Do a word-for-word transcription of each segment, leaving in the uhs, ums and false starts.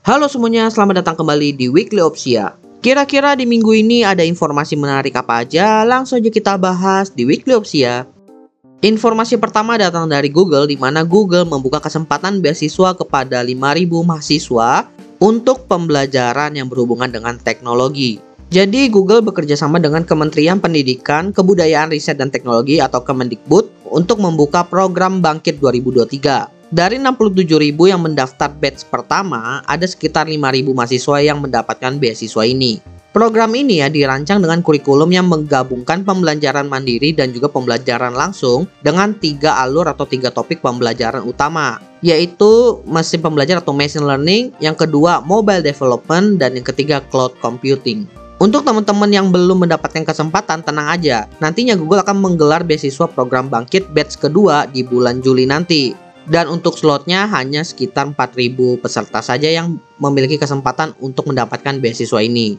Halo semuanya, selamat datang kembali di Weekly Opsia. Kira-kira di minggu ini ada informasi menarik apa aja? Langsung aja kita bahas di Weekly Opsia. Informasi pertama datang dari Google, di mana Google membuka kesempatan beasiswa kepada lima ribu mahasiswa untuk pembelajaran yang berhubungan dengan teknologi. Jadi Google bekerja sama dengan Kementerian Pendidikan, Kebudayaan, Riset, dan Teknologi atau Kemendikbud untuk membuka program Bangkit dua ribu dua puluh tiga. Dari enam puluh tujuh ribu yang mendaftar batch pertama, ada sekitar lima ribu mahasiswa yang mendapatkan beasiswa ini. Program ini ya dirancang dengan kurikulum yang menggabungkan pembelajaran mandiri dan juga pembelajaran langsung dengan tiga alur atau tiga topik pembelajaran utama, yaitu mesin pembelajar atau machine learning, yang kedua mobile development, dan yang ketiga cloud computing. Untuk teman-teman yang belum mendapatkan kesempatan, tenang aja, nantinya Google akan menggelar beasiswa program Bangkit batch kedua di bulan Juli nanti. Dan untuk slotnya hanya sekitar empat ribu peserta saja yang memiliki kesempatan untuk mendapatkan beasiswa ini.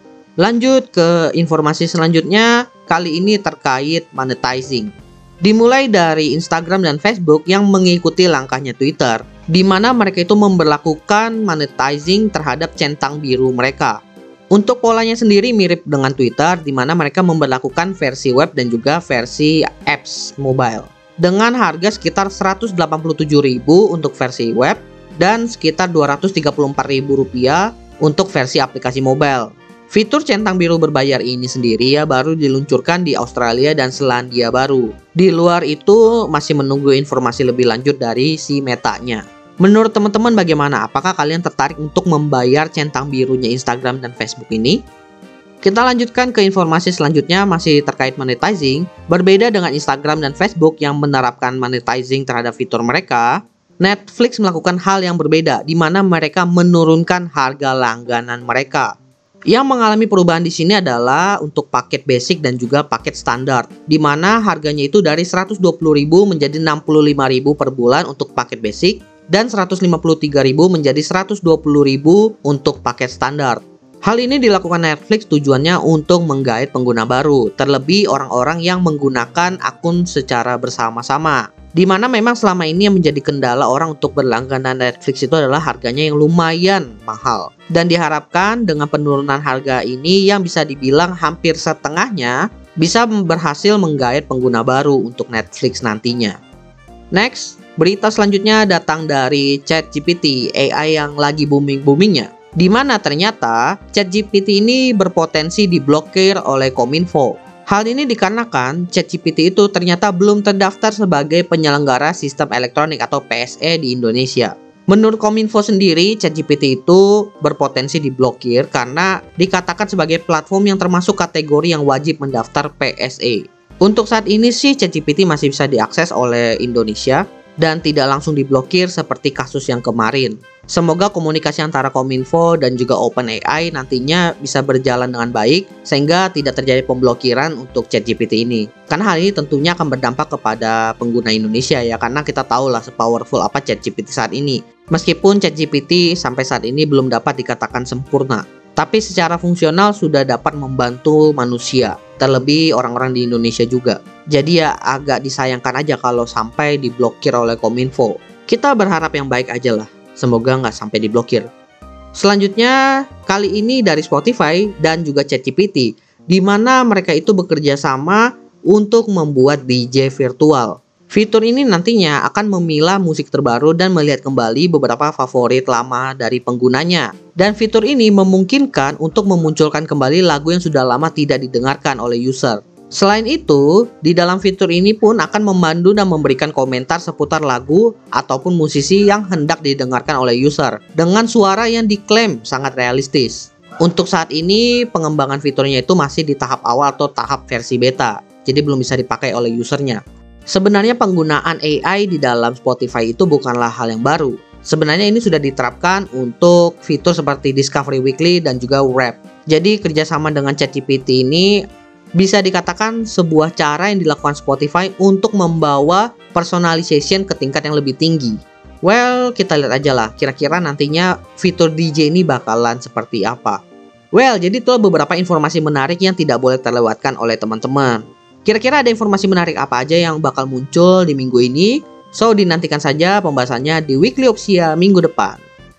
Lanjut ke informasi selanjutnya, kali ini terkait monetizing. Dimulai dari Instagram dan Facebook yang mengikuti langkahnya Twitter, di mana mereka itu memberlakukan monetizing terhadap centang biru mereka. Untuk polanya sendiri mirip dengan Twitter, di mana mereka memberlakukan versi web dan juga versi apps mobile, dengan harga sekitar seratus delapan puluh tujuh ribu untuk versi web dan sekitar dua ratus tiga puluh empat ribu rupiah untuk versi aplikasi mobile. Fitur centang biru berbayar ini sendiri ya baru diluncurkan di Australia dan Selandia Baru. Di luar itu masih menunggu informasi lebih lanjut dari si Metanya. Menurut teman-teman bagaimana? Apakah kalian tertarik untuk membayar centang birunya Instagram dan Facebook ini? Kita lanjutkan ke informasi selanjutnya, masih terkait monetizing. Berbeda dengan Instagram dan Facebook yang menerapkan monetizing terhadap fitur mereka, Netflix melakukan hal yang berbeda, di mana mereka menurunkan harga langganan mereka. Yang mengalami perubahan di sini adalah untuk paket basic dan juga paket standar, di mana harganya itu dari seratus dua puluh ribu menjadi enam puluh lima ribu per bulan untuk paket basic dan seratus lima puluh tiga ribu menjadi seratus dua puluh ribu untuk paket standar. Hal ini dilakukan Netflix tujuannya untuk menggait pengguna baru, terlebih orang-orang yang menggunakan akun secara bersama-sama. Di mana memang selama ini yang menjadi kendala orang untuk berlangganan Netflix itu adalah harganya yang lumayan mahal. Dan diharapkan dengan penurunan harga ini yang bisa dibilang hampir setengahnya bisa berhasil menggait pengguna baru untuk Netflix nantinya. Next, berita selanjutnya datang dari ChatGPT, A I yang lagi booming-boomingnya. Di mana ternyata ChatGPT ini berpotensi diblokir oleh Kominfo. Hal ini dikarenakan ChatGPT itu ternyata belum terdaftar sebagai penyelenggara sistem elektronik atau P S E di Indonesia. Menurut Kominfo sendiri, ChatGPT itu berpotensi diblokir karena dikatakan sebagai platform yang termasuk kategori yang wajib mendaftar P S E. Untuk saat ini sih ChatGPT masih bisa diakses oleh Indonesia dan tidak langsung diblokir seperti kasus yang kemarin. Semoga komunikasi antara Kominfo dan juga OpenAI nantinya bisa berjalan dengan baik sehingga tidak terjadi pemblokiran untuk ChatGPT ini. Karena hal ini tentunya akan berdampak kepada pengguna Indonesia ya, karena kita tahu lah sepowerful apa ChatGPT saat ini. Meskipun ChatGPT sampai saat ini belum dapat dikatakan sempurna, tapi secara fungsional sudah dapat membantu manusia, terlebih orang-orang di Indonesia juga. Jadi ya agak disayangkan aja kalau sampai diblokir oleh Kominfo. Kita berharap yang baik aja lah. Semoga nggak sampai diblokir. Selanjutnya, kali ini dari Spotify dan juga ChatGPT, di mana mereka itu bekerja sama untuk membuat D J virtual. Fitur ini nantinya akan memilah musik terbaru dan melihat kembali beberapa favorit lama dari penggunanya. Dan fitur ini memungkinkan untuk memunculkan kembali lagu yang sudah lama tidak didengarkan oleh user. Selain itu, di dalam fitur ini pun akan memandu dan memberikan komentar seputar lagu ataupun musisi yang hendak didengarkan oleh user dengan suara yang diklaim sangat realistis. Untuk saat ini, pengembangan fiturnya itu masih di tahap awal atau tahap versi beta, jadi belum bisa dipakai oleh usernya. Sebenarnya penggunaan A I di dalam Spotify itu bukanlah hal yang baru. Sebenarnya ini sudah diterapkan untuk fitur seperti Discovery Weekly dan juga Wrap. Jadi kerjasama dengan ChatGPT ini bisa dikatakan sebuah cara yang dilakukan Spotify untuk membawa personalization ke tingkat yang lebih tinggi. Well, kita lihat aja lah kira-kira nantinya fitur D J ini bakalan seperti apa. Well, jadi itulah beberapa informasi menarik yang tidak boleh terlewatkan oleh teman-teman. Kira-kira ada informasi menarik apa aja yang bakal muncul di minggu ini? So, dinantikan saja pembahasannya di Weekly Opsia minggu depan.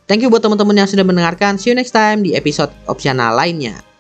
Thank you buat teman-teman yang sudah mendengarkan. See you next time di episode opsional lainnya.